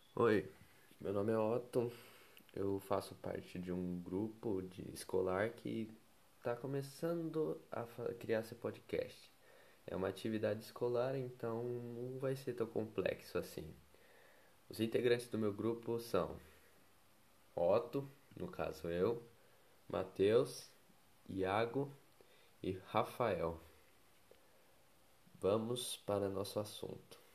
Oi, meu nome é Otto. Eu faço parte de um grupo de escolar que está começando a criar seu podcast. É uma atividade escolar, então não vai ser tão complexo assim. Os integrantes do meu grupo são Otto, no caso eu, Matheus, Iago e Rafael. Vamos para nosso assunto.